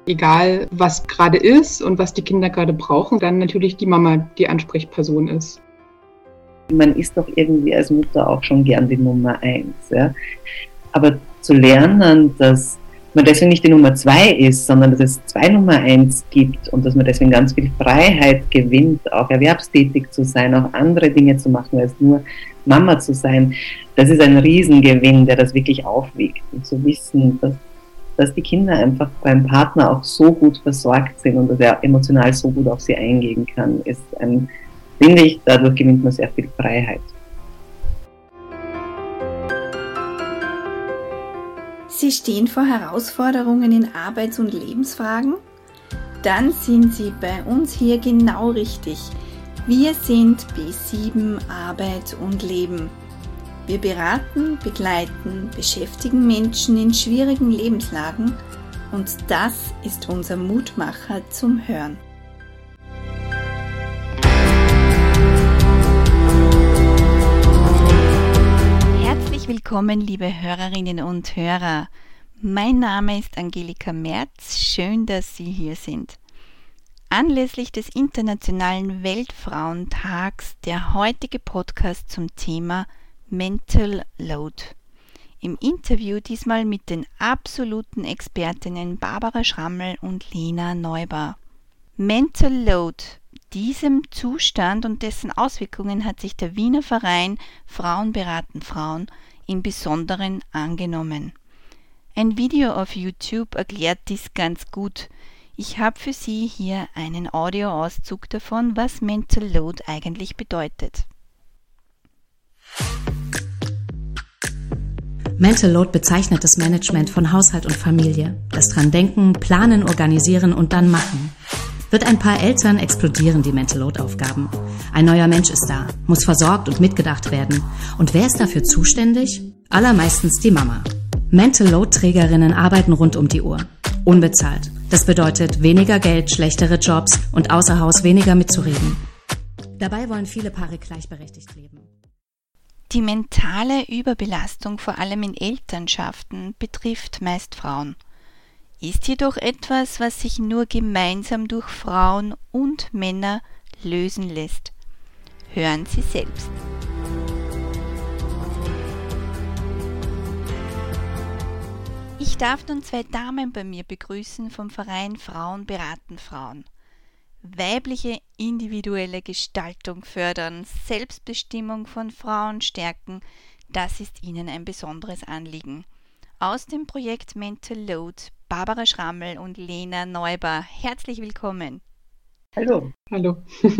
egal was gerade ist und was die Kinder gerade brauchen, dann natürlich die Mama die Ansprechperson ist. Man ist doch irgendwie als Mutter auch schon gern die Nummer 1. Ja? Aber zu lernen, dass man deswegen nicht die Nummer 2 ist, sondern dass es 2 Nummer 1 gibt und dass man deswegen ganz viel Freiheit gewinnt, auch erwerbstätig zu sein, auch andere Dinge zu machen, als nur Mama zu sein, das ist ein Riesengewinn, der das wirklich aufwiegt. Und zu wissen, dass die Kinder einfach beim Partner auch so gut versorgt sind und dass er emotional so gut auf sie eingehen kann, ist finde ich, dadurch gewinnt man sehr viel Freiheit. Sie stehen vor Herausforderungen in Arbeits- und Lebensfragen? Dann sind Sie bei uns hier genau richtig. Wir sind B7 Arbeit und Leben. Wir beraten, begleiten, beschäftigen Menschen in schwierigen Lebenslagen und das ist unser Mutmacher zum Hören. Willkommen, liebe Hörerinnen und Hörer. Mein Name ist Angelika Merz. Schön, dass Sie hier sind. Anlässlich des Internationalen Weltfrauentags der heutige Podcast zum Thema Mental Load. Im Interview diesmal mit den absoluten Expertinnen Barbara Schrammel und Lena Neuber. Mental Load. Diesem Zustand und dessen Auswirkungen hat sich der Wiener Verein Frauen beraten Frauen im Besonderen angenommen. Ein Video auf YouTube erklärt dies ganz gut. Ich habe für Sie hier einen Audioauszug davon, was Mental Load eigentlich bedeutet. Mental Load bezeichnet das Management von Haushalt und Familie. Das dran denken, planen, organisieren und dann machen. Wird ein Paar Eltern, explodieren die Mental Load-Aufgaben. Ein neuer Mensch ist da, muss versorgt und mitgedacht werden. Und wer ist dafür zuständig? Allermeistens die Mama. Mental Load-Trägerinnen arbeiten rund um die Uhr. Unbezahlt. Das bedeutet weniger Geld, schlechtere Jobs und außer Haus weniger mitzureden. Dabei wollen viele Paare gleichberechtigt leben. Die mentale Überbelastung, vor allem in Elternschaften, betrifft meist Frauen. Ist jedoch etwas, was sich nur gemeinsam durch Frauen und Männer lösen lässt. Hören Sie selbst. Ich darf nun 2 Damen bei mir begrüßen vom Verein Frauen beraten Frauen. Weibliche individuelle Gestaltung fördern, Selbstbestimmung von Frauen stärken, das ist ihnen ein besonderes Anliegen. Aus dem Projekt Mental Load, Barbara Schrammel und Lena Neuber. Herzlich willkommen. Hallo. Hallo.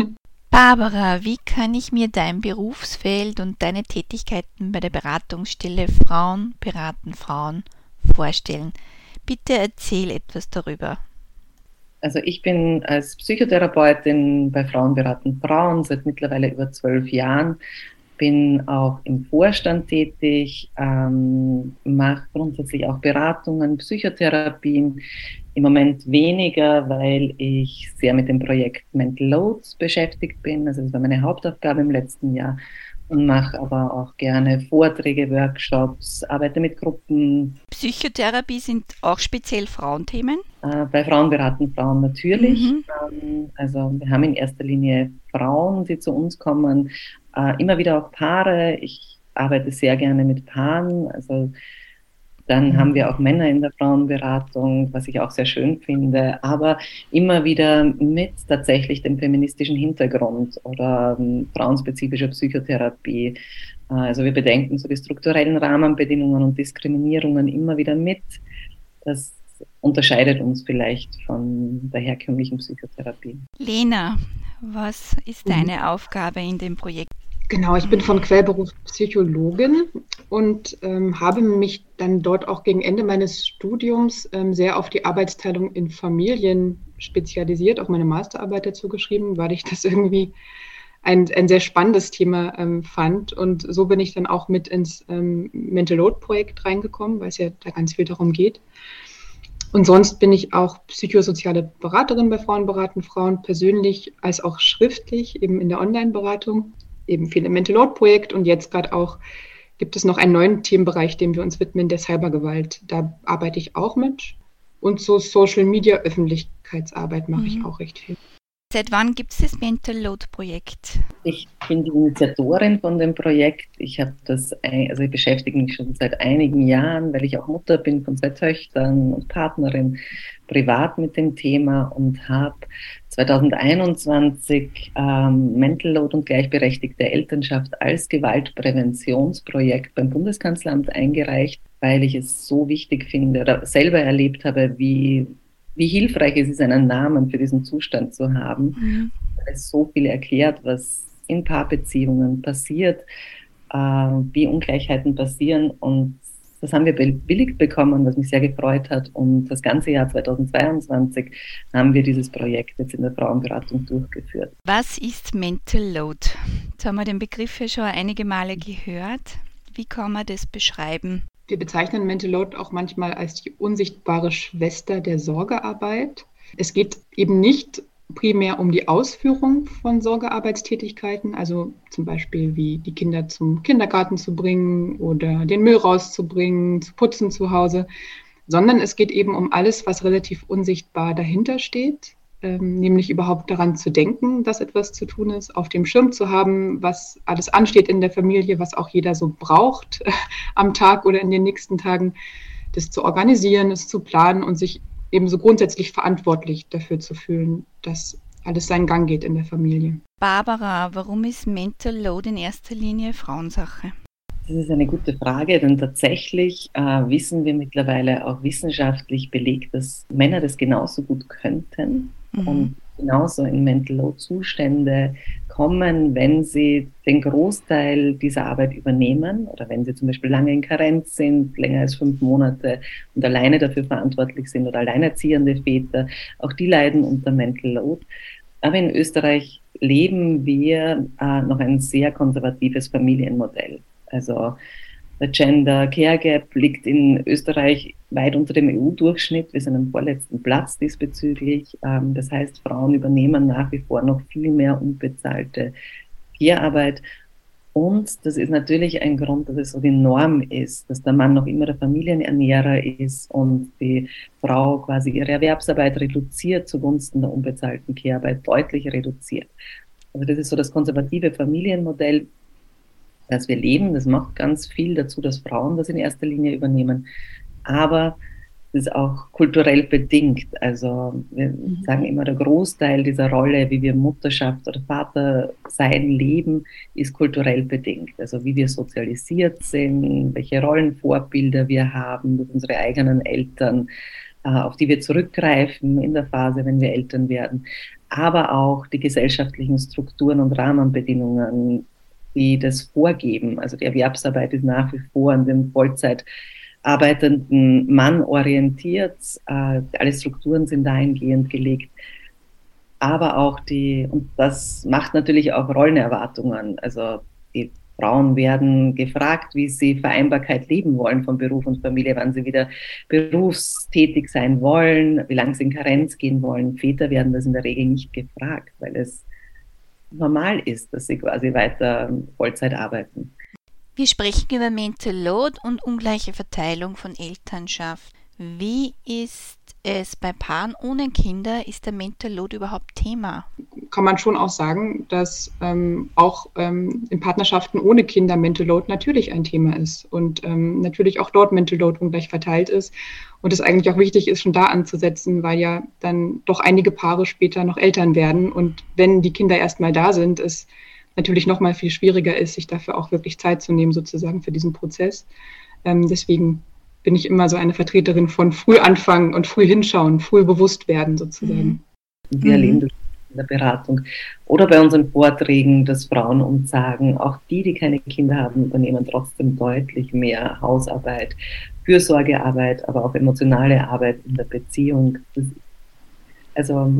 Barbara, wie kann ich mir dein Berufsfeld und deine Tätigkeiten bei der Beratungsstelle Frauen beraten Frauen vorstellen? Bitte erzähl etwas darüber. Also ich bin als Psychotherapeutin bei Frauen beraten Frauen seit mittlerweile über 12 Jahren. Bin auch im Vorstand tätig, mache grundsätzlich auch Beratungen, Psychotherapien. Im Moment weniger, weil ich sehr mit dem Projekt Mental Loads beschäftigt bin. Also das war meine Hauptaufgabe im letzten Jahr. Und mache aber auch gerne Vorträge, Workshops, arbeite mit Gruppen. Psychotherapie sind auch speziell Frauenthemen? Bei Frauen beraten Frauen natürlich. Also wir haben in erster Linie Frauen, die zu uns kommen, immer wieder auch Paare. Ich arbeite sehr gerne mit Paaren. Also dann haben wir auch Männer in der Frauenberatung, was ich auch sehr schön finde, aber immer wieder mit tatsächlich dem feministischen Hintergrund oder frauenspezifischer Psychotherapie. Also wir bedenken so die strukturellen Rahmenbedingungen und Diskriminierungen immer wieder mit. Das unterscheidet uns vielleicht von der herkömmlichen Psychotherapie. Lena, was ist deine Aufgabe in dem Projekt? Genau, ich bin von Quellberuf Psychologin und habe mich dann dort auch gegen Ende meines Studiums sehr auf die Arbeitsteilung in Familien spezialisiert, auch meine Masterarbeit dazu geschrieben, weil ich das irgendwie ein sehr spannendes Thema fand. Und so bin ich dann auch mit ins Mental Load Projekt reingekommen, weil es ja da ganz viel darum geht. Und sonst bin ich auch psychosoziale Beraterin bei Frauen beraten Frauen, persönlich als auch schriftlich, eben in der Online-Beratung. Eben viel im Mental Load Projekt und jetzt gerade auch gibt es noch einen neuen Themenbereich, dem wir uns widmen, der Cybergewalt. Da arbeite ich auch mit. Und so Social-Media-Öffentlichkeitsarbeit mache ich auch recht viel. Seit wann gibt es das Mental Load Projekt? Ich bin die Initiatorin von dem Projekt. Ich beschäftige mich schon seit einigen Jahren, weil ich auch Mutter bin von 2 Töchtern und Partnerin, privat mit dem Thema und habe 2021 Mental Load und gleichberechtigte Elternschaft als Gewaltpräventionsprojekt beim Bundeskanzleramt eingereicht, weil ich es so wichtig finde oder selber erlebt habe, wie hilfreich es ist, einen Namen für diesen Zustand zu haben. Weil es so viel erklärt, was in Paarbeziehungen passiert, wie Ungleichheiten passieren. Und das haben wir bewilligt bekommen, was mich sehr gefreut hat. Und das ganze Jahr 2022 haben wir dieses Projekt jetzt in der Frauenberatung durchgeführt. Was ist Mental Load? Jetzt haben wir den Begriff ja schon einige Male gehört. Wie kann man das beschreiben? Wir bezeichnen Mental Load auch manchmal als die unsichtbare Schwester der Sorgearbeit. Es geht eben nicht primär um die Ausführung von Sorgearbeitstätigkeiten, also zum Beispiel wie die Kinder zum Kindergarten zu bringen oder den Müll rauszubringen, zu putzen zu Hause, sondern es geht eben um alles, was relativ unsichtbar dahinter steht, nämlich überhaupt daran zu denken, dass etwas zu tun ist, auf dem Schirm zu haben, was alles ansteht in der Familie, was auch jeder so braucht am Tag oder in den nächsten Tagen, das zu organisieren, es zu planen und sich eben so grundsätzlich verantwortlich dafür zu fühlen, dass alles seinen Gang geht in der Familie. Barbara, warum ist Mental Load in erster Linie Frauensache? Das ist eine gute Frage, denn tatsächlich wissen wir mittlerweile auch wissenschaftlich belegt, dass Männer das genauso gut könnten und genauso in Mental Load Zustände kommen, wenn sie den Großteil dieser Arbeit übernehmen oder wenn sie zum Beispiel lange in Karenz sind, länger als 5 Monate und alleine dafür verantwortlich sind oder alleinerziehende Väter. Auch die leiden unter Mental Load. Aber in Österreich leben wir noch ein sehr konservatives Familienmodell. Also der Gender Care Gap liegt in Österreich weit unter dem EU-Durchschnitt. Wir sind am vorletzten Platz diesbezüglich. Das heißt, Frauen übernehmen nach wie vor noch viel mehr unbezahlte Care-Arbeit. Und das ist natürlich ein Grund, dass es so die Norm ist, dass der Mann noch immer der Familienernährer ist und die Frau quasi ihre Erwerbsarbeit reduziert zugunsten der unbezahlten Care-Arbeit, deutlich reduziert. Also das ist so das konservative Familienmodell, das wir leben. Das macht ganz viel dazu, dass Frauen das in erster Linie übernehmen. Aber das ist auch kulturell bedingt. Also wir sagen immer, der Großteil dieser Rolle, wie wir Mutterschaft oder Vatersein leben, ist kulturell bedingt. Also wie wir sozialisiert sind, welche Rollenvorbilder wir haben durch unsere eigenen Eltern, auf die wir zurückgreifen in der Phase, wenn wir Eltern werden. Aber auch die gesellschaftlichen Strukturen und Rahmenbedingungen, die das vorgeben. Also die Erwerbsarbeit ist nach wie vor an den Vollzeit arbeitenden Mann orientiert. Alle Strukturen sind dahingehend gelegt. Aber auch und das macht natürlich auch Rollenerwartungen. Also die Frauen werden gefragt, wie sie Vereinbarkeit leben wollen von Beruf und Familie, wann sie wieder berufstätig sein wollen, wie lange sie in Karenz gehen wollen. Väter werden das in der Regel nicht gefragt, weil es normal ist, dass sie quasi weiter Vollzeit arbeiten. Wir sprechen über Mental Load und ungleiche Verteilung von Elternschaft. Wie ist es bei Paaren ohne Kinder? Ist der Mental Load überhaupt Thema? Kann man schon auch sagen, dass auch in Partnerschaften ohne Kinder Mental Load natürlich ein Thema ist und natürlich auch dort Mental Load ungleich verteilt ist und es eigentlich auch wichtig ist, schon da anzusetzen, weil ja dann doch einige Paare später noch Eltern werden und wenn die Kinder erstmal da sind, es natürlich noch mal viel schwieriger ist, sich dafür auch wirklich Zeit zu nehmen, sozusagen für diesen Prozess. Deswegen bin ich immer so eine Vertreterin von früh anfangen und früh hinschauen, früh bewusst werden sozusagen. Wir erleben das in der Beratung oder bei unseren Vorträgen, dass Frauen uns sagen, auch die keine Kinder haben, übernehmen trotzdem deutlich mehr Hausarbeit, Fürsorgearbeit, aber auch emotionale Arbeit in der Beziehung. Also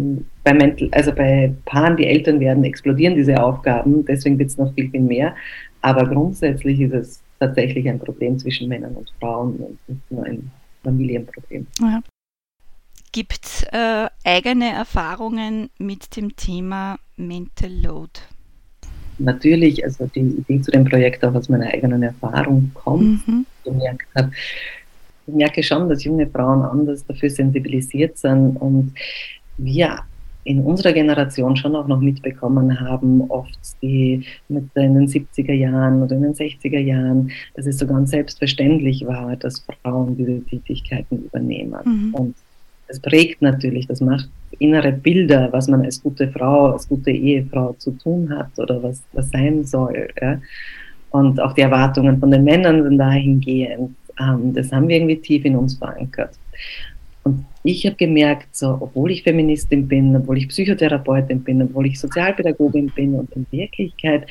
bei Paaren, die Eltern werden, explodieren diese Aufgaben, deswegen wird es noch viel, viel mehr. Aber grundsätzlich ist es tatsächlich ein Problem zwischen Männern und Frauen und nicht nur ein Familienproblem. Ja. Gibt es eigene Erfahrungen mit dem Thema Mental Load? Natürlich, also die Idee zu dem Projekt auch aus meiner eigenen Erfahrung kommt, gemerkt habe. merke schon, dass junge Frauen anders dafür sensibilisiert sind und wir in unserer Generation schon auch noch mitbekommen haben, oft die in den 70er Jahren oder in den 60er Jahren, dass es so ganz selbstverständlich war, dass Frauen diese Tätigkeiten übernehmen. Und das prägt natürlich, das macht innere Bilder, was man als gute Frau, als gute Ehefrau zu tun hat oder was sein soll. Ja? Und auch die Erwartungen von den Männern sind dahingehend. Das haben wir irgendwie tief in uns verankert. Und ich habe gemerkt, so, obwohl ich Feministin bin, obwohl ich Psychotherapeutin bin, obwohl ich Sozialpädagogin bin und in Wirklichkeit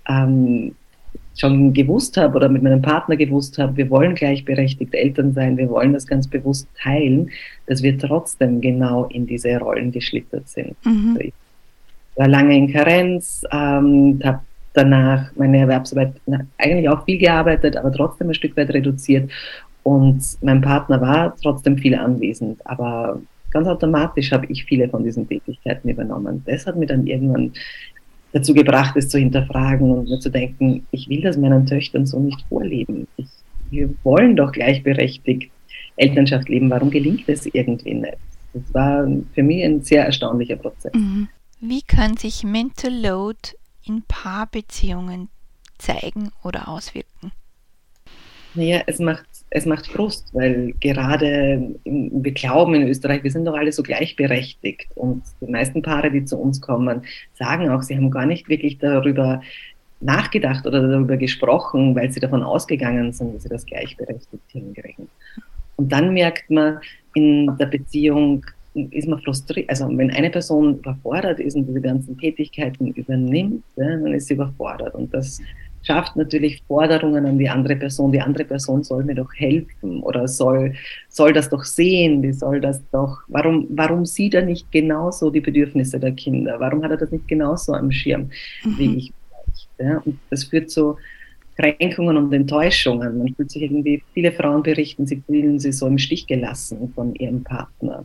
schon gewusst habe oder mit meinem Partner gewusst habe, wir wollen gleichberechtigt Eltern sein, wir wollen das ganz bewusst teilen, dass wir trotzdem genau in diese Rollen geschlittert sind. Also ich war lange in Karenz, habe danach meine Erwerbsarbeit eigentlich auch viel gearbeitet, aber trotzdem ein Stück weit reduziert. Und mein Partner war trotzdem viel anwesend, aber ganz automatisch habe ich viele von diesen Tätigkeiten übernommen. Das hat mich dann irgendwann dazu gebracht, es zu hinterfragen und mir zu denken, ich will das meinen Töchtern so nicht vorleben. Wir wollen doch gleichberechtigt Elternschaft leben. Warum gelingt es irgendwie nicht? Das war für mich ein sehr erstaunlicher Prozess. Wie kann sich Mental Load in Paarbeziehungen zeigen oder auswirken? Naja, es macht Frust, weil gerade wir glauben in Österreich, wir sind doch alle so gleichberechtigt und die meisten Paare, die zu uns kommen, sagen auch, sie haben gar nicht wirklich darüber nachgedacht oder darüber gesprochen, weil sie davon ausgegangen sind, dass sie das gleichberechtigt hinkriegen. Und dann merkt man, in der Beziehung ist man frustriert, also wenn eine Person überfordert ist und diese ganzen Tätigkeiten übernimmt, ja, dann ist sie überfordert und das schafft natürlich Forderungen an die andere Person. Die andere Person soll mir doch helfen oder soll das doch sehen, die soll das doch, warum sieht er nicht genauso die Bedürfnisse der Kinder? Warum hat er das nicht genauso am Schirm wie ich? Ja? Und das führt zu Kränkungen und Enttäuschungen. Man fühlt sich irgendwie, viele Frauen berichten, sie fühlen sich so im Stich gelassen von ihrem Partner.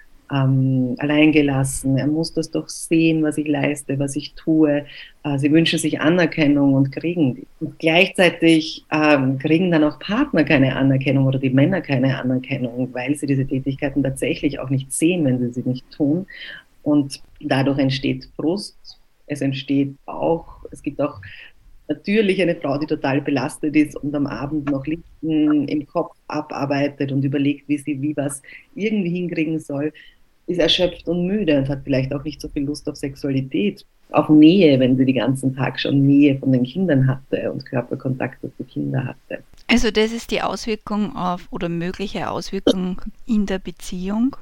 Alleingelassen, er muss das doch sehen, was ich leiste, was ich tue. Sie wünschen sich Anerkennung und kriegen die. Und gleichzeitig kriegen dann auch Partner keine Anerkennung oder die Männer keine Anerkennung, weil sie diese Tätigkeiten tatsächlich auch nicht sehen, wenn sie nicht tun. Und dadurch entsteht Frust. Es gibt auch natürlich eine Frau, die total belastet ist und am Abend noch Listen im Kopf abarbeitet und überlegt, wie sie was irgendwie hinkriegen soll, ist erschöpft und müde und hat vielleicht auch nicht so viel Lust auf Sexualität, auf Nähe, wenn sie den ganzen Tag schon Nähe von den Kindern hatte und Körperkontakt mit den Kindern hatte. Also das ist die Auswirkung auf oder mögliche Auswirkung in der Beziehung.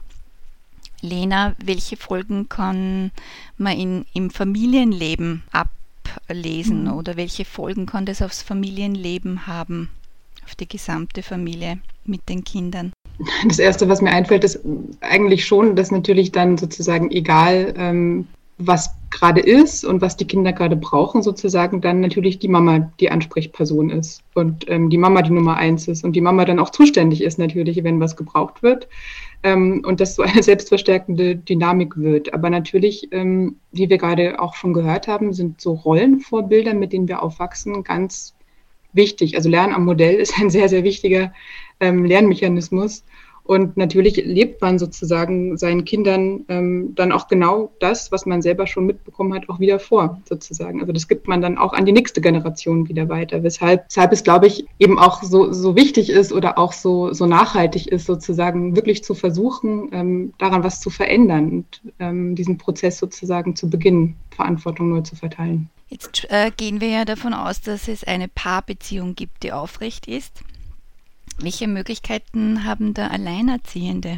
Lena, welche Folgen kann man im Familienleben ablesen oder welche Folgen kann das aufs Familienleben haben, auf die gesamte Familie mit den Kindern? Das Erste, was mir einfällt, ist eigentlich schon, dass natürlich dann sozusagen egal, was gerade ist und was die Kinder gerade brauchen, sozusagen dann natürlich die Mama die Ansprechperson ist und die Mama die Nummer 1 ist und die Mama dann auch zuständig ist natürlich, wenn was gebraucht wird und das so eine selbstverstärkende Dynamik wird. Aber natürlich, wie wir gerade auch schon gehört haben, sind so Rollenvorbilder, mit denen wir aufwachsen, ganz wichtig. Also Lernen am Modell ist ein sehr, sehr wichtiger Lernmechanismus. Und natürlich lebt man sozusagen seinen Kindern dann auch genau das, was man selber schon mitbekommen hat, auch wieder vor, sozusagen. Also das gibt man dann auch an die nächste Generation wieder weiter. Weshalb es, glaube ich, eben auch so wichtig ist oder auch so nachhaltig ist, sozusagen wirklich zu versuchen, daran was zu verändern und diesen Prozess sozusagen zu beginnen, Verantwortung neu zu verteilen. Jetzt gehen wir ja davon aus, dass es eine Paarbeziehung gibt, die aufrecht ist. Welche Möglichkeiten haben da Alleinerziehende?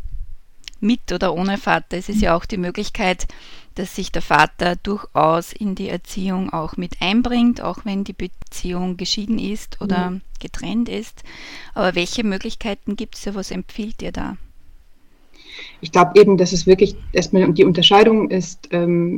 Mit oder ohne Vater? Es ist ja auch die Möglichkeit, dass sich der Vater durchaus in die Erziehung auch mit einbringt, auch wenn die Beziehung geschieden ist oder getrennt ist. Aber welche Möglichkeiten gibt es da? Was empfiehlt ihr da? Ich glaube eben, dass es wirklich erstmal die Unterscheidung ist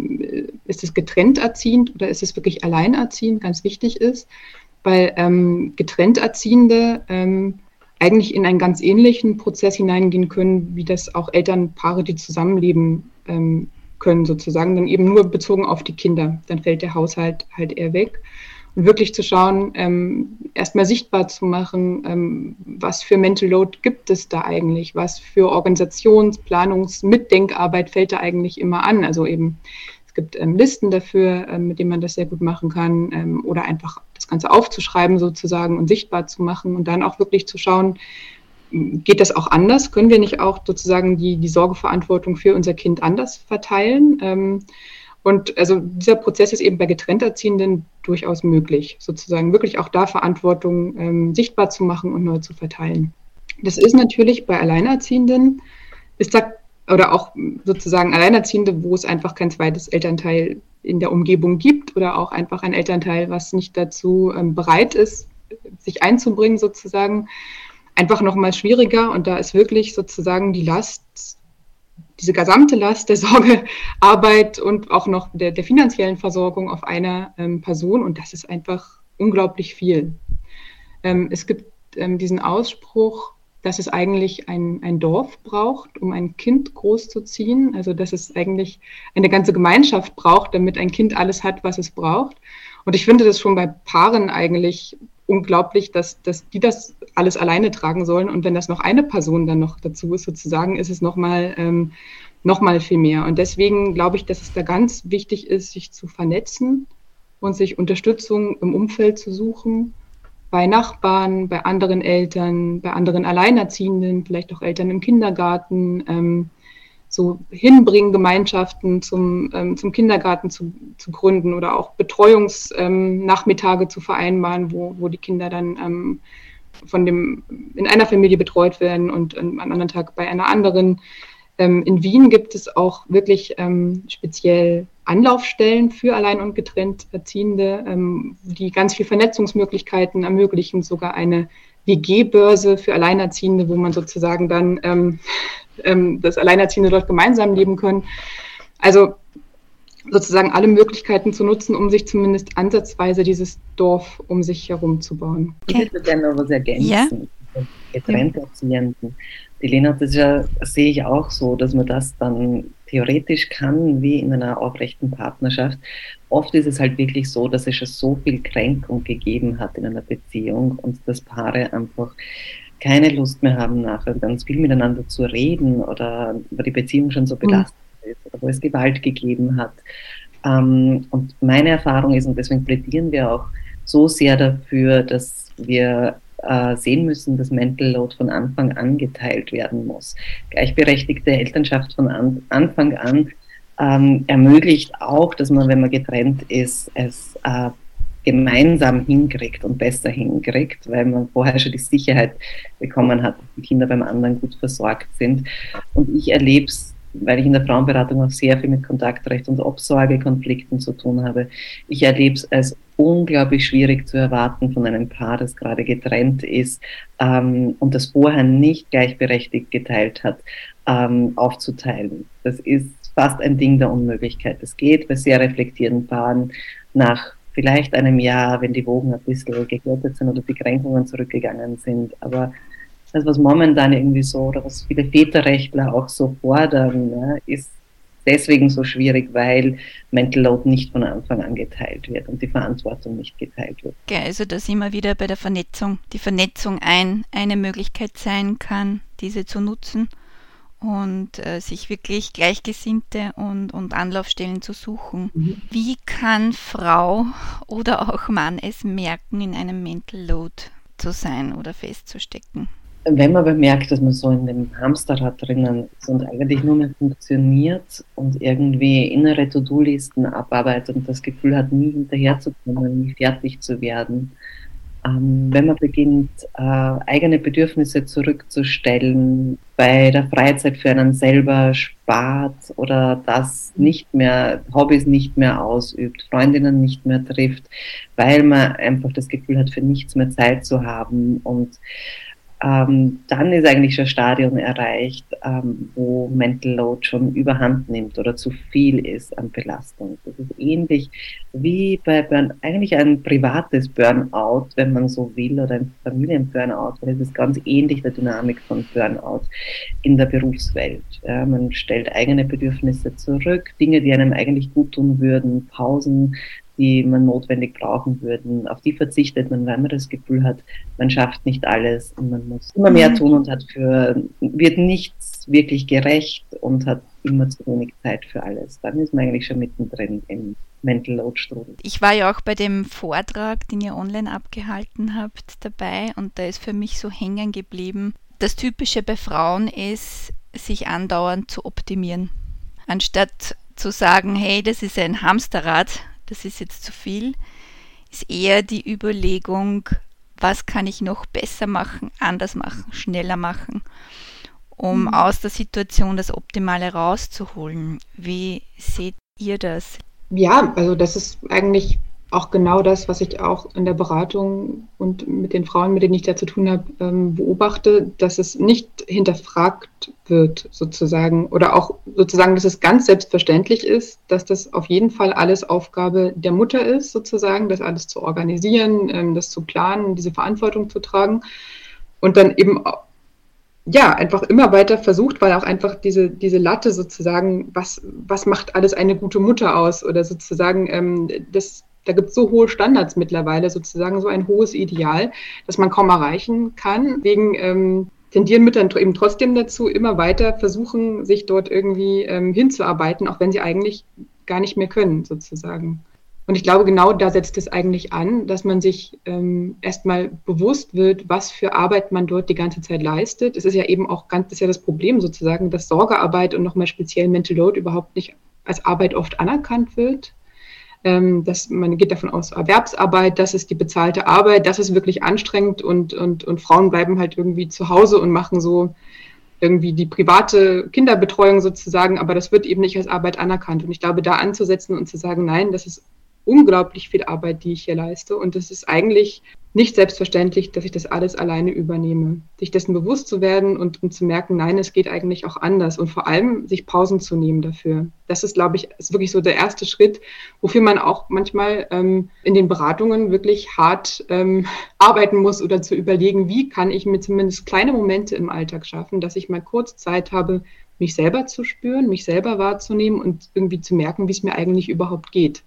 es getrennt erziehend oder ist es wirklich alleinerziehend, ganz wichtig ist. Weil getrennt Erziehende eigentlich in einen ganz ähnlichen Prozess hineingehen können, wie das auch Elternpaare, die zusammenleben können sozusagen, dann eben nur bezogen auf die Kinder. Dann fällt der Haushalt halt eher weg. wirklich zu schauen, erstmal sichtbar zu machen, was für Mental Load gibt es da eigentlich, was für Planungs-Mitdenkarbeit fällt da eigentlich immer an. Also eben, es gibt Listen dafür, mit denen man das sehr gut machen kann, oder einfach das Ganze aufzuschreiben sozusagen und sichtbar zu machen und dann auch wirklich zu schauen, geht das auch anders? Können wir nicht auch sozusagen die Sorgeverantwortung für unser Kind anders verteilen? Und also dieser Prozess ist eben bei getrennt Erziehenden durchaus möglich, sozusagen wirklich auch da Verantwortung sichtbar zu machen und neu zu verteilen. Das ist natürlich bei Alleinerziehenden, oder auch sozusagen Alleinerziehende, wo es einfach kein zweites Elternteil in der Umgebung gibt oder auch einfach ein Elternteil, was nicht dazu bereit ist, sich einzubringen sozusagen, einfach nochmal schwieriger. Und da ist wirklich sozusagen diese gesamte Last der Sorgearbeit und auch noch der finanziellen Versorgung auf einer Person. Und das ist einfach unglaublich viel. Es gibt diesen Ausspruch, dass es eigentlich ein Dorf braucht, um ein Kind großzuziehen. Also dass es eigentlich eine ganze Gemeinschaft braucht, damit ein Kind alles hat, was es braucht. Und ich finde das schon bei Paaren eigentlich unglaublich, dass die das alles alleine tragen sollen. Und wenn das noch eine Person dann noch dazu ist, sozusagen, ist es noch mal viel mehr. Und deswegen glaube ich, dass es da ganz wichtig ist, sich zu vernetzen und sich Unterstützung im Umfeld zu suchen, bei Nachbarn, bei anderen Eltern, bei anderen Alleinerziehenden, vielleicht auch Eltern im Kindergarten, so Hinbringen-Gemeinschaften zum Kindergarten zu gründen oder auch Betreuungsnachmittage zu vereinbaren, wo die Kinder dann in einer Familie betreut werden und am anderen Tag bei einer anderen. In Wien gibt es auch wirklich speziell Anlaufstellen für allein und getrennt Erziehende, die ganz viel Vernetzungsmöglichkeiten ermöglichen, sogar eine WG-Börse für Alleinerziehende, wo man sozusagen dann das Alleinerziehende dort gemeinsam leben können. Also sozusagen alle Möglichkeiten zu nutzen, um sich zumindest ansatzweise dieses Dorf um sich herum zu bauen. Okay. Ich würde gerne noch was ergänzen. Ja? Getrennt Erziehenden. Die Lena, das sehe ich auch so, dass man das dann theoretisch kann, wie in einer aufrechten Partnerschaft. Oft ist es halt wirklich so, dass es schon so viel Kränkung gegeben hat in einer Beziehung und dass Paare einfach keine Lust mehr haben, nachher ganz viel miteinander zu reden oder weil die Beziehung schon so belastet ist oder wo es Gewalt gegeben hat. Und meine Erfahrung ist, und deswegen plädieren wir auch so sehr dafür, dass wir sehen müssen, dass Mental Load von Anfang an geteilt werden muss. Gleichberechtigte Elternschaft von Anfang an ermöglicht auch, dass man, wenn man getrennt ist, es gemeinsam hinkriegt und besser hinkriegt, weil man vorher schon die Sicherheit bekommen hat, dass die Kinder beim anderen gut versorgt sind. Und ich erlebe es, weil ich in der Frauenberatung auch sehr viel mit Kontaktrecht und Obsorgekonflikten zu tun habe, ich erlebe es als unglaublich schwierig zu erwarten von einem Paar, das gerade getrennt ist und das vorher nicht gleichberechtigt geteilt hat, aufzuteilen. Das ist fast ein Ding der Unmöglichkeit. Das geht bei sehr reflektierten Paaren nach vielleicht einem Jahr, wenn die Wogen ein bisschen geglättet sind oder die Kränkungen zurückgegangen sind, aber das, was momentan irgendwie so, oder was viele Väterrechtler auch so fordern, ne, ist deswegen so schwierig, weil Mental Load nicht von Anfang an geteilt wird und die Verantwortung nicht geteilt wird. Okay, also da sind wir wieder bei der Vernetzung. Die Vernetzung eine Möglichkeit sein kann, diese zu nutzen und sich wirklich Gleichgesinnte und Anlaufstellen zu suchen. Mhm. Wie kann Frau oder auch Mann es merken, in einem Mental Load zu sein oder festzustecken? Wenn man bemerkt, dass man so in dem Hamsterrad drinnen ist und eigentlich nur mehr funktioniert und irgendwie innere To-Do-Listen abarbeitet und das Gefühl hat, nie hinterherzukommen, nie fertig zu werden. Wenn man beginnt, eigene Bedürfnisse zurückzustellen, bei der Freizeit für einen selber spart oder das nicht mehr, Hobbys nicht mehr ausübt, Freundinnen nicht mehr trifft, weil man einfach das Gefühl hat, für nichts mehr Zeit zu haben und dann ist eigentlich schon ein Stadion erreicht, wo Mental Load schon überhand nimmt oder zu viel ist an Belastung. Das ist ähnlich wie bei eigentlich ein privates Burnout, wenn man so will, oder ein Familienburnout, weil es ist ganz ähnlich der Dynamik von Burnout in der Berufswelt. Ja, man stellt eigene Bedürfnisse zurück, Dinge, die einem eigentlich gut tun würden, Pausen die man notwendig brauchen würde, auf die verzichtet man, weil man das Gefühl hat, man schafft nicht alles und man muss immer mehr tun und wird nichts wirklich gerecht und hat immer zu wenig Zeit für alles. Dann ist man eigentlich schon mittendrin im Mental Load Strudel. Ich war ja auch bei dem Vortrag, den ihr online abgehalten habt, dabei, und da ist für mich so hängen geblieben, das Typische bei Frauen ist, sich andauernd zu optimieren. Anstatt zu sagen, hey, das ist ein Hamsterrad, das ist jetzt zu viel, ist eher die Überlegung, was kann ich noch besser machen, anders machen, schneller machen, um aus der Situation das Optimale rauszuholen. Wie seht ihr das? Ja, also das ist eigentlich auch genau das, was ich auch in der Beratung und mit den Frauen, mit denen ich da zu tun habe, beobachte, dass es nicht hinterfragt wird sozusagen oder auch sozusagen, dass es ganz selbstverständlich ist, dass das auf jeden Fall alles Aufgabe der Mutter ist sozusagen, das alles zu organisieren, das zu planen, diese Verantwortung zu tragen und dann eben ja, einfach immer weiter versucht, weil auch einfach diese Latte sozusagen, was macht alles eine gute Mutter aus oder sozusagen, da gibt es so hohe Standards mittlerweile, sozusagen so ein hohes Ideal, dass man kaum erreichen kann. Deswegen tendieren Mütter eben trotzdem dazu, immer weiter versuchen, sich dort irgendwie hinzuarbeiten, auch wenn sie eigentlich gar nicht mehr können, sozusagen. Und ich glaube, genau da setzt es eigentlich an, dass man sich erstmal bewusst wird, was für Arbeit man dort die ganze Zeit leistet. Es ist ja eben auch das ist ja das Problem sozusagen, dass Sorgearbeit und nochmal speziell Mental Load überhaupt nicht als Arbeit oft anerkannt wird. Dass man geht davon aus, Erwerbsarbeit, das ist die bezahlte Arbeit, das ist wirklich anstrengend und Frauen bleiben halt irgendwie zu Hause und machen so irgendwie die private Kinderbetreuung sozusagen, aber das wird eben nicht als Arbeit anerkannt. Und ich glaube, da anzusetzen und zu sagen, nein, das ist unglaublich viel Arbeit, die ich hier leiste und es ist eigentlich nicht selbstverständlich, dass ich das alles alleine übernehme. Sich dessen bewusst zu werden und zu merken, nein, es geht eigentlich auch anders und vor allem sich Pausen zu nehmen dafür. Das ist, glaube ich, ist wirklich so der erste Schritt, wofür man auch manchmal in den Beratungen wirklich hart arbeiten muss oder zu überlegen, wie kann ich mir zumindest kleine Momente im Alltag schaffen, dass ich mal kurz Zeit habe, mich selber zu spüren, mich selber wahrzunehmen und irgendwie zu merken, wie es mir eigentlich überhaupt geht.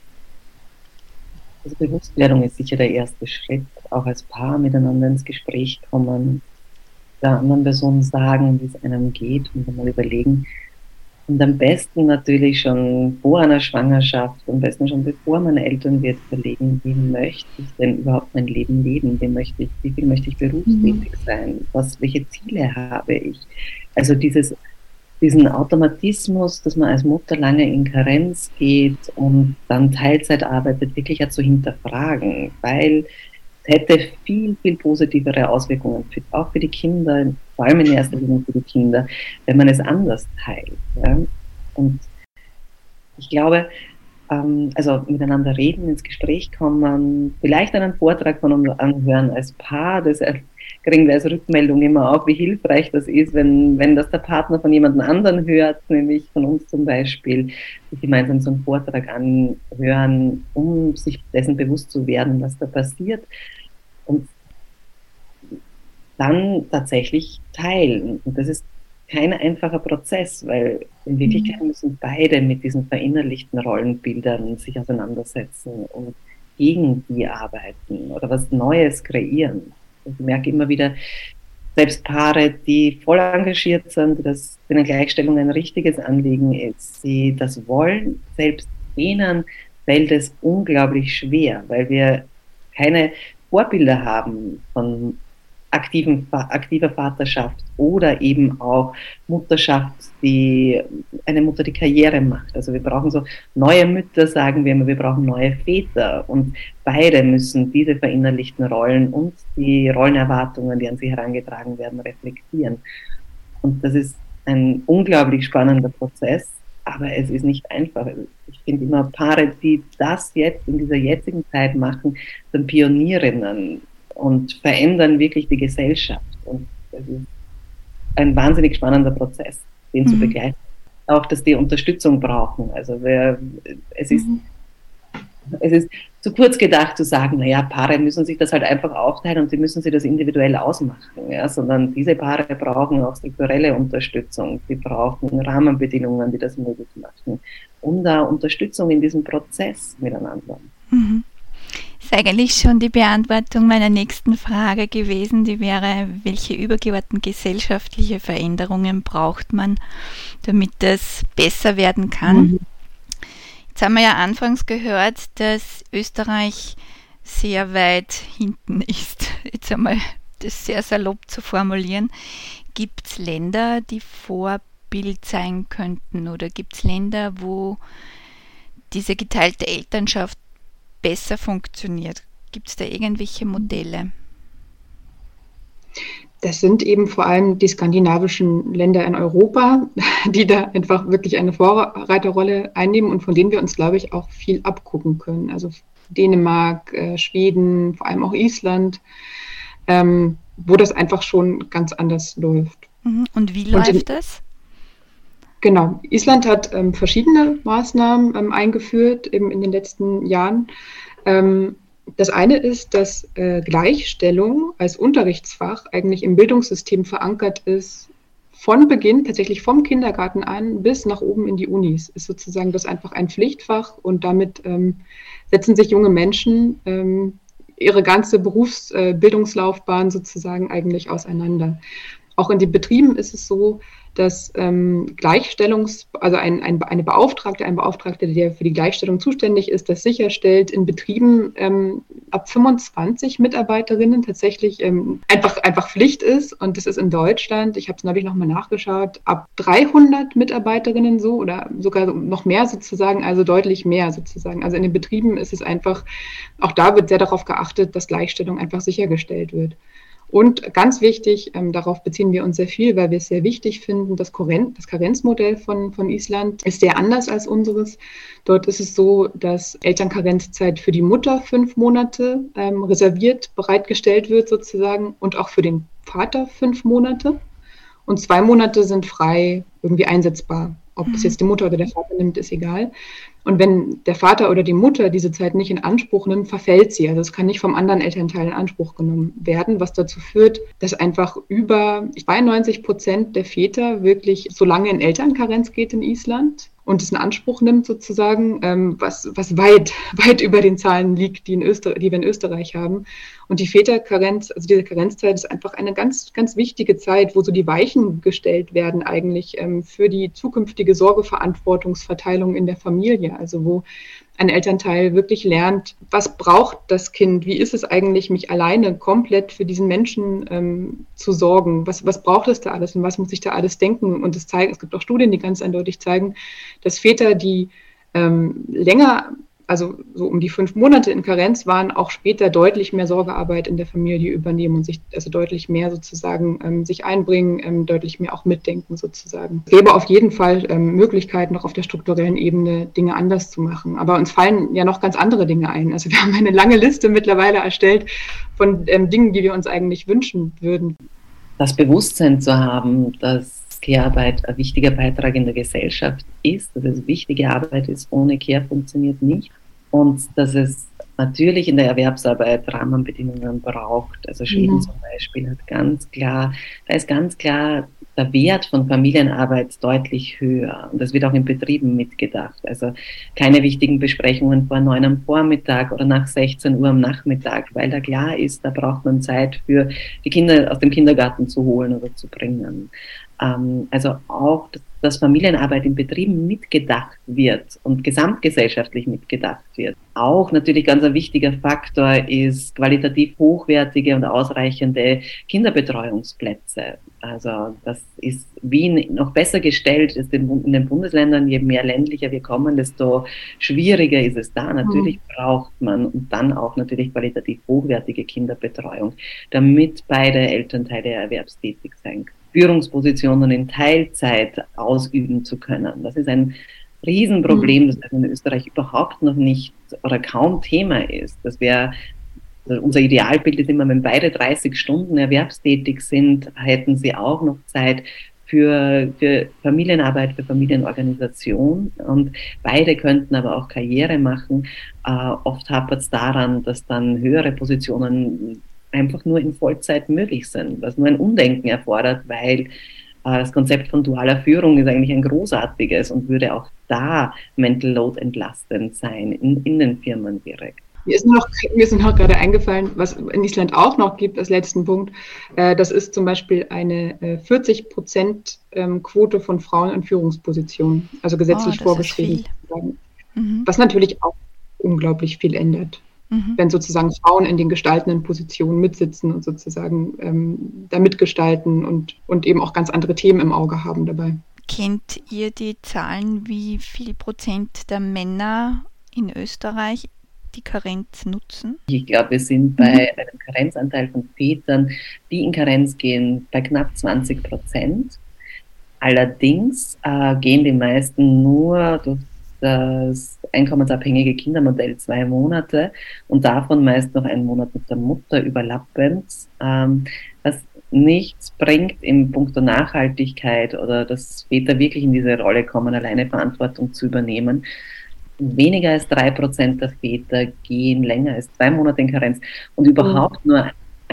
Also Bewusstwerdung ist sicher der erste Schritt, auch als Paar miteinander ins Gespräch kommen, der anderen Person sagen, wie es einem geht und dann mal überlegen. Und am besten natürlich schon vor einer Schwangerschaft, am besten schon bevor man Eltern wird, überlegen, wie möchte ich denn überhaupt mein Leben leben, wie viel möchte ich berufstätig sein, welche Ziele habe ich. Also diesen Automatismus, dass man als Mutter lange in Karenz geht und dann Teilzeit arbeitet, wirklich zu hinterfragen, weil es hätte viel, viel positivere Auswirkungen, auch für die Kinder, vor allem in erster Linie für die Kinder, wenn man es anders teilt. Ja? Und ich glaube, also miteinander reden, ins Gespräch kommen, vielleicht einen Vortrag von uns anhören als Paar, das kriegen wir als Rückmeldung immer auch, wie hilfreich das ist, wenn das der Partner von jemand anderen hört, nämlich von uns zum Beispiel, sich gemeinsam so einen Vortrag anhören, um sich dessen bewusst zu werden, was da passiert und dann tatsächlich teilen. Und das ist kein einfacher Prozess, weil in Wirklichkeit müssen beide mit diesen verinnerlichten Rollenbildern sich auseinandersetzen und gegen die arbeiten oder was Neues kreieren. Ich merke immer wieder, selbst Paare, die voll engagiert sind, denen Gleichstellung ein richtiges Anliegen ist, sie das wollen, selbst denen fällt es unglaublich schwer, weil wir keine Vorbilder haben von aktiver Vaterschaft oder eben auch Mutterschaft, eine Mutter, die Karriere macht. Also wir brauchen so neue Mütter, sagen wir immer, wir brauchen neue Väter und beide müssen diese verinnerlichten Rollen und die Rollenerwartungen, die an sie herangetragen werden, reflektieren. Und das ist ein unglaublich spannender Prozess, aber es ist nicht einfach. Ich finde immer Paare, die das jetzt in dieser jetzigen Zeit machen, sind Pionierinnen und verändern wirklich die Gesellschaft. Und das ist ein wahnsinnig spannender Prozess, den zu begleiten. Auch, dass die Unterstützung brauchen. Also es ist Es ist zu kurz gedacht zu sagen, naja, Paare müssen sich das halt einfach aufteilen und sie müssen sich das individuell ausmachen, ja, sondern diese Paare brauchen auch strukturelle Unterstützung, sie brauchen Rahmenbedingungen, die das möglich machen und da Unterstützung in diesem Prozess miteinander. Mhm. Das ist eigentlich schon die Beantwortung meiner nächsten Frage gewesen, die wäre, welche übergeordneten gesellschaftliche Veränderungen braucht man, damit das besser werden kann? Mhm. Jetzt haben wir ja anfangs gehört, dass Österreich sehr weit hinten ist. Jetzt einmal das sehr salopp zu formulieren. Gibt es Länder, die Vorbild sein könnten, oder gibt es Länder, wo diese geteilte Elternschaft besser funktioniert? Gibt es da irgendwelche Modelle? Das sind eben vor allem die skandinavischen Länder in Europa, die da einfach wirklich eine Vorreiterrolle einnehmen und von denen wir uns, glaube ich, auch viel abgucken können. Also Dänemark, Schweden, vor allem auch Island, wo das einfach schon ganz anders läuft. Und wie läuft das? Genau, Island hat verschiedene Maßnahmen eingeführt eben in den letzten Jahren. Das eine ist, dass Gleichstellung als Unterrichtsfach eigentlich im Bildungssystem verankert ist, von Beginn, tatsächlich vom Kindergarten an bis nach oben in die Unis. Ist sozusagen das einfach ein Pflichtfach und damit setzen sich junge Menschen ihre ganze Berufsbildungslaufbahn sozusagen eigentlich auseinander. Auch in den Betrieben ist es so, dass eine Beauftragte, der für die Gleichstellung zuständig ist, das sicherstellt, in Betrieben ab 25 Mitarbeiterinnen tatsächlich einfach Pflicht ist. Und das ist in Deutschland, ich habe es neulich nochmal nachgeschaut, ab 300 Mitarbeiterinnen so oder sogar noch mehr sozusagen, also deutlich mehr sozusagen. Also in den Betrieben ist es einfach, auch da wird sehr darauf geachtet, dass Gleichstellung einfach sichergestellt wird. Und ganz wichtig, darauf beziehen wir uns sehr viel, weil wir es sehr wichtig finden, das Karenzmodell von Island ist sehr anders als unseres. Dort ist es so, dass Elternkarenzzeit für die Mutter 5 Monate reserviert, bereitgestellt wird sozusagen und auch für den Vater 5 Monate. Und 2 Monate sind frei irgendwie einsetzbar. Ob es jetzt die Mutter oder der Vater nimmt, ist egal. Und wenn der Vater oder die Mutter diese Zeit nicht in Anspruch nimmt, verfällt sie. Also es kann nicht vom anderen Elternteil in Anspruch genommen werden, was dazu führt, dass einfach über 92% der Väter wirklich so lange in Elternkarenz geht in Island und es in Anspruch nimmt sozusagen, was weit über den Zahlen liegt, die wir in Österreich haben. Und die Väterkarenz, also diese Karenzzeit ist einfach eine ganz, ganz wichtige Zeit, wo so die Weichen gestellt werden eigentlich für die zukünftige Sorgeverantwortungsverteilung in der Familie. Also wo ein Elternteil wirklich lernt, was braucht das Kind, wie ist es eigentlich, mich alleine komplett für diesen Menschen zu sorgen, was braucht es da alles und was muss ich da alles denken. Und es gibt auch Studien, die ganz eindeutig zeigen, dass Väter, die länger, also so um die 5 Monate in Karenz waren, auch später deutlich mehr Sorgearbeit in der Familie übernehmen und sich also deutlich mehr sozusagen sich einbringen, deutlich mehr auch mitdenken sozusagen. Es gäbe auf jeden Fall Möglichkeiten, auch auf der strukturellen Ebene Dinge anders zu machen. Aber uns fallen ja noch ganz andere Dinge ein. Also wir haben eine lange Liste mittlerweile erstellt von Dingen, die wir uns eigentlich wünschen würden. Das Bewusstsein zu haben, dass Care-Arbeit ein wichtiger Beitrag in der Gesellschaft ist, dass es wichtige Arbeit ist, ohne Care funktioniert nicht und dass es natürlich in der Erwerbsarbeit Rahmenbedingungen braucht. Also Schweden zum Beispiel hat da ist ganz klar der Wert von Familienarbeit deutlich höher und das wird auch in Betrieben mitgedacht. Also keine wichtigen Besprechungen vor 9 am Vormittag oder nach 16 Uhr am Nachmittag, weil da klar ist, da braucht man Zeit für die Kinder aus dem Kindergarten zu holen oder zu bringen. Also auch, dass Familienarbeit in Betrieben mitgedacht wird und gesamtgesellschaftlich mitgedacht wird. Auch natürlich ganz ein wichtiger Faktor ist qualitativ hochwertige und ausreichende Kinderbetreuungsplätze. Also das ist Wien noch besser gestellt ist in den Bundesländern. Je mehr ländlicher wir kommen, desto schwieriger ist es da. Natürlich braucht man und dann auch natürlich qualitativ hochwertige Kinderbetreuung, damit beide Elternteile erwerbstätig sein können. Führungspositionen in Teilzeit ausüben zu können. Das ist ein Riesenproblem, das in Österreich überhaupt noch nicht oder kaum Thema ist. Unser Idealbild ist immer, wenn beide 30 Stunden erwerbstätig sind, hätten sie auch noch Zeit für Familienarbeit, für Familienorganisation, und beide könnten aber auch Karriere machen. Oft hapert es daran, dass dann höhere Positionen einfach nur in Vollzeit möglich sind, was nur ein Umdenken erfordert, weil das Konzept von dualer Führung ist eigentlich ein großartiges und würde auch da Mental Load entlastend sein, in den Firmen direkt. Mir ist noch gerade eingefallen, was in Island auch noch gibt als letzten Punkt. Das ist zum Beispiel eine 40% Quote von Frauen in Führungspositionen, also gesetzlich vorgeschrieben. Was natürlich auch unglaublich viel ändert, wenn sozusagen Frauen in den gestaltenden Positionen mitsitzen und sozusagen da mitgestalten und eben auch ganz andere Themen im Auge haben dabei. Kennt ihr die Zahlen, wie viel Prozent der Männer in Österreich die Karenz nutzen? Ich glaube, wir sind bei einem Karenzanteil von Vätern, die in Karenz gehen, bei knapp 20%. Allerdings gehen die meisten nur durch das einkommensabhängige Kindermodell 2 Monate und davon meist noch einen Monat mit der Mutter überlappend, was nichts bringt in puncto Nachhaltigkeit oder dass Väter wirklich in diese Rolle kommen, alleine Verantwortung zu übernehmen. Weniger als 3% der Väter gehen länger als 2 Monate in Karenz und überhaupt nur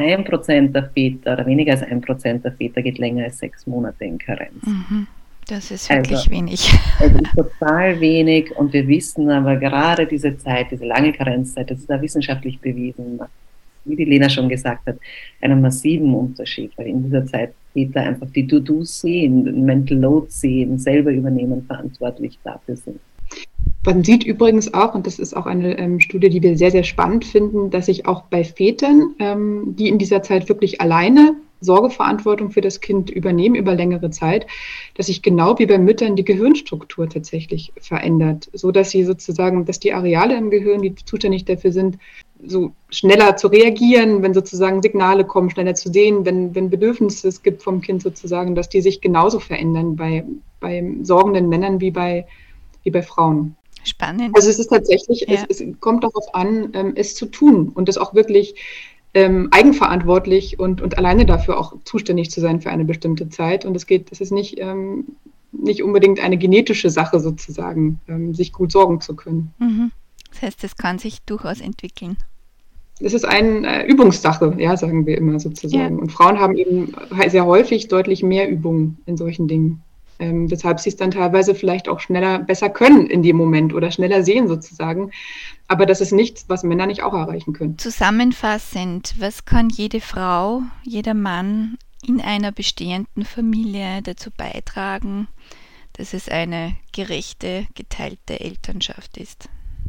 1% der Väter oder weniger als 1% der Väter geht länger als 6 Monate in Karenz. Das ist wirklich wenig. Es ist total wenig und wir wissen aber gerade diese Zeit, diese lange Karenzzeit, das ist da wissenschaftlich bewiesen, wie die Lena schon gesagt hat, einen massiven Unterschied, weil in dieser Zeit Väter einfach die To-Dos sehen, den Mental Load sehen, selber übernehmen, verantwortlich dafür sind. Man sieht übrigens auch, und das ist auch eine Studie, die wir sehr, sehr spannend finden, dass sich auch bei Vätern, die in dieser Zeit wirklich alleine Sorgeverantwortung für das Kind übernehmen über längere Zeit, dass sich genau wie bei Müttern die Gehirnstruktur tatsächlich verändert, so dass sie sozusagen, dass die Areale im Gehirn, die zuständig dafür sind, so schneller zu reagieren, wenn sozusagen Signale kommen, schneller zu sehen, wenn Bedürfnisse es gibt vom Kind sozusagen, dass die sich genauso verändern bei sorgenden Männern wie bei Frauen. Spannend. Also es ist tatsächlich, es kommt darauf an, es zu tun und das auch wirklich eigenverantwortlich und alleine dafür auch zuständig zu sein für eine bestimmte Zeit. Und es ist nicht unbedingt eine genetische Sache sozusagen, sich gut sorgen zu können. Das heißt, es kann sich durchaus entwickeln. Es ist eine Übungssache, ja, sagen wir immer sozusagen. Ja. Und Frauen haben eben sehr häufig deutlich mehr Übungen in solchen Dingen. Weshalb sie es dann teilweise vielleicht auch besser können in dem Moment oder schneller sehen sozusagen. Aber das ist nichts, was Männer nicht auch erreichen können. Zusammenfassend, was kann jede Frau, jeder Mann in einer bestehenden Familie dazu beitragen, dass es eine gerechte, geteilte Elternschaft ist?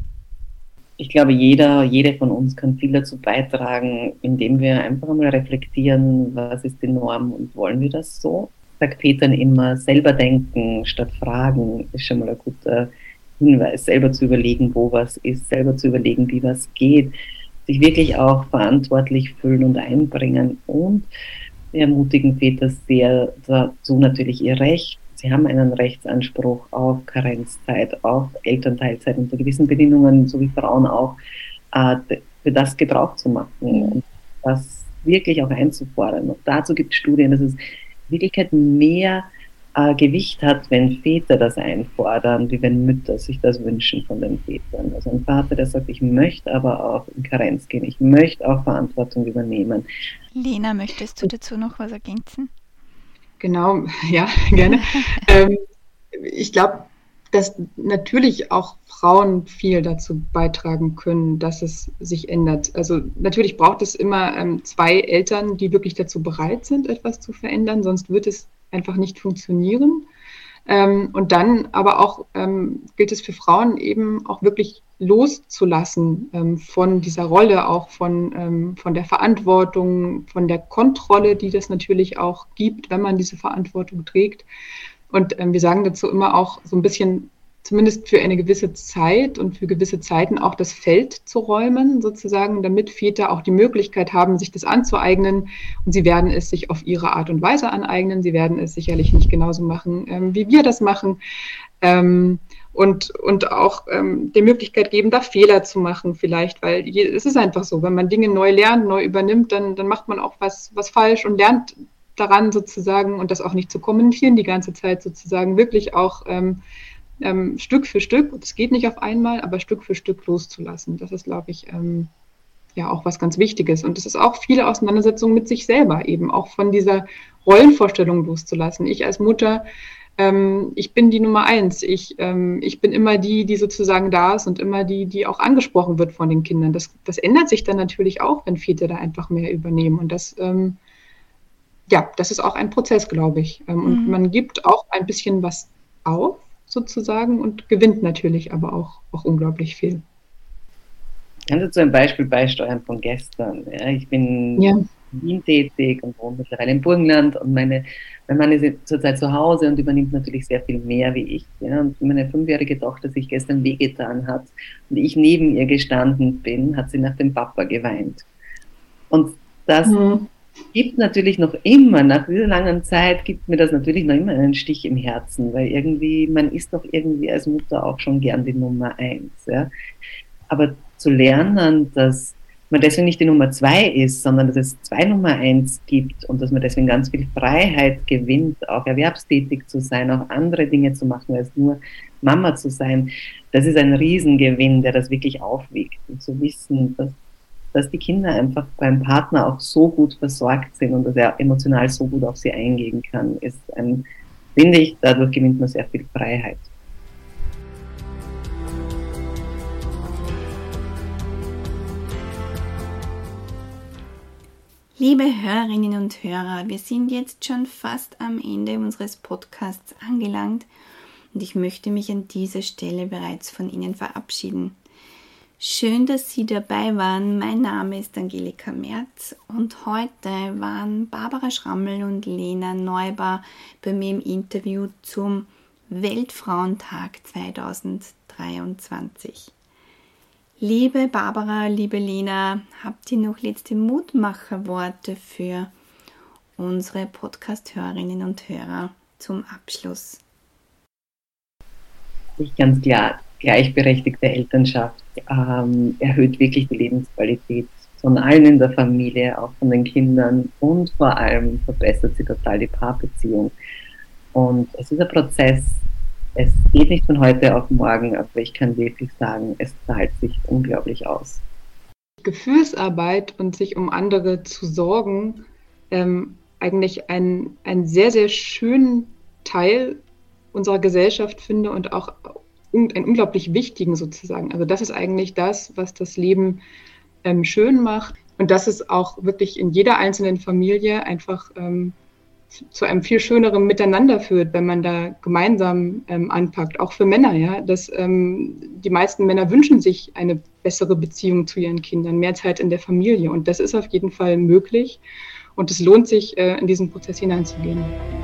Ich glaube, jede von uns kann viel dazu beitragen, indem wir einfach einmal reflektieren, was ist die Norm und wollen wir das so? Sagt Vätern immer, selber denken statt fragen, ist schon mal ein guter Hinweis, selber zu überlegen, wo was ist, selber zu überlegen, wie was geht, sich wirklich auch verantwortlich fühlen und einbringen, und wir ermutigen Väter sehr dazu natürlich ihr Recht. Sie haben einen Rechtsanspruch auf Karenzzeit, auf Elternteilzeit unter gewissen Bedingungen, so wie Frauen auch, für das Gebrauch zu machen und das wirklich auch einzufordern. Und dazu gibt es Studien, dass es in Wirklichkeit mehr Gewicht hat, wenn Väter das einfordern, wie wenn Mütter sich das wünschen von den Vätern. Also ein Vater, der sagt, ich möchte aber auch in Karenz gehen, ich möchte auch Verantwortung übernehmen. Lena, möchtest du dazu noch was ergänzen? Genau, ja, gerne. Ich glaube, dass natürlich auch Frauen viel dazu beitragen können, dass es sich ändert. Also natürlich braucht es immer 2 Eltern, die wirklich dazu bereit sind, etwas zu verändern, sonst wird es einfach nicht funktionieren. Und dann aber auch gilt es für Frauen eben auch wirklich loszulassen von dieser Rolle, auch von der Verantwortung, von der Kontrolle, die das natürlich auch gibt, wenn man diese Verantwortung trägt. Und wir sagen dazu immer auch so ein bisschen, zumindest für eine gewisse Zeit und für gewisse Zeiten auch das Feld zu räumen, sozusagen, damit Väter auch die Möglichkeit haben, sich das anzueignen. Und sie werden es sich auf ihre Art und Weise aneignen. Sie werden es sicherlich nicht genauso machen, wie wir das machen. Und auch die Möglichkeit geben, da Fehler zu machen vielleicht, weil es ist einfach so, wenn man Dinge neu lernt, neu übernimmt, dann macht man auch was falsch und lernt daran sozusagen und das auch nicht zu kommentieren die ganze Zeit sozusagen, wirklich auch Stück für Stück, und es geht nicht auf einmal, aber Stück für Stück loszulassen. Das ist, glaube ich, ja auch was ganz Wichtiges. Und es ist auch viele Auseinandersetzungen mit sich selber eben, auch von dieser Rollenvorstellung loszulassen. Ich als Mutter, ich bin die Nummer 1. Ich bin immer die sozusagen da ist und immer die auch angesprochen wird von den Kindern. Das ändert sich dann natürlich auch, wenn Väter da einfach mehr übernehmen. Und das ist auch ein Prozess, glaube ich. Und man gibt auch ein bisschen was auf, sozusagen, und gewinnt natürlich aber auch unglaublich viel. Kannst du so ein Beispiel beisteuern von gestern? Ja, ich bin in Wien tätig und wohne mittlerweile im Burgenland und mein Mann ist zurzeit zu Hause und übernimmt natürlich sehr viel mehr wie ich. Ja. Und meine 5-jährige Tochter sich gestern wehgetan hat und ich neben ihr gestanden bin, hat sie nach dem Papa geweint. Und das gibt natürlich noch immer, nach dieser langen Zeit, gibt mir das natürlich noch immer einen Stich im Herzen, weil irgendwie, man ist doch irgendwie als Mutter auch schon gern die Nummer 1. Ja. Aber zu lernen, dass man deswegen nicht die Nummer 2 ist, sondern dass es 2 Nummer 1 gibt und dass man deswegen ganz viel Freiheit gewinnt, auch erwerbstätig zu sein, auch andere Dinge zu machen, als nur Mama zu sein, das ist ein Riesengewinn, der das wirklich aufwiegt. Und zu wissen, dass die Kinder einfach beim Partner auch so gut versorgt sind und dass er emotional so gut auf sie eingehen kann, finde ich, dadurch gewinnt man sehr viel Freiheit. Liebe Hörerinnen und Hörer, wir sind jetzt schon fast am Ende unseres Podcasts angelangt und ich möchte mich an dieser Stelle bereits von Ihnen verabschieden. Schön, dass Sie dabei waren. Mein Name ist Angelika Merz und heute waren Barbara Schrammel und Lena Neubauer bei mir im Interview zum Weltfrauentag 2023. Liebe Barbara, liebe Lena, habt ihr noch letzte Mutmacherworte für unsere Podcast-Hörerinnen und Hörer zum Abschluss? Ich ganz klar, gleichberechtigte Elternschaft erhöht wirklich die Lebensqualität von allen in der Familie, auch von den Kindern und vor allem verbessert sie total die Paarbeziehung. Und es ist ein Prozess. Es geht nicht von heute auf morgen, aber ich kann wirklich sagen, es zahlt sich unglaublich aus. Gefühlsarbeit und sich um andere zu sorgen, eigentlich ein sehr, sehr schönen Teil unserer Gesellschaft finde und auch einen unglaublich wichtigen sozusagen. Also das ist eigentlich das, was das Leben schön macht und das ist auch wirklich in jeder einzelnen Familie einfach zu einem viel schöneren Miteinander führt, wenn man da gemeinsam anpackt, auch für Männer, ja. Die meisten Männer wünschen sich eine bessere Beziehung zu ihren Kindern, mehr Zeit in der Familie und das ist auf jeden Fall möglich und es lohnt sich, in diesen Prozess hineinzugehen.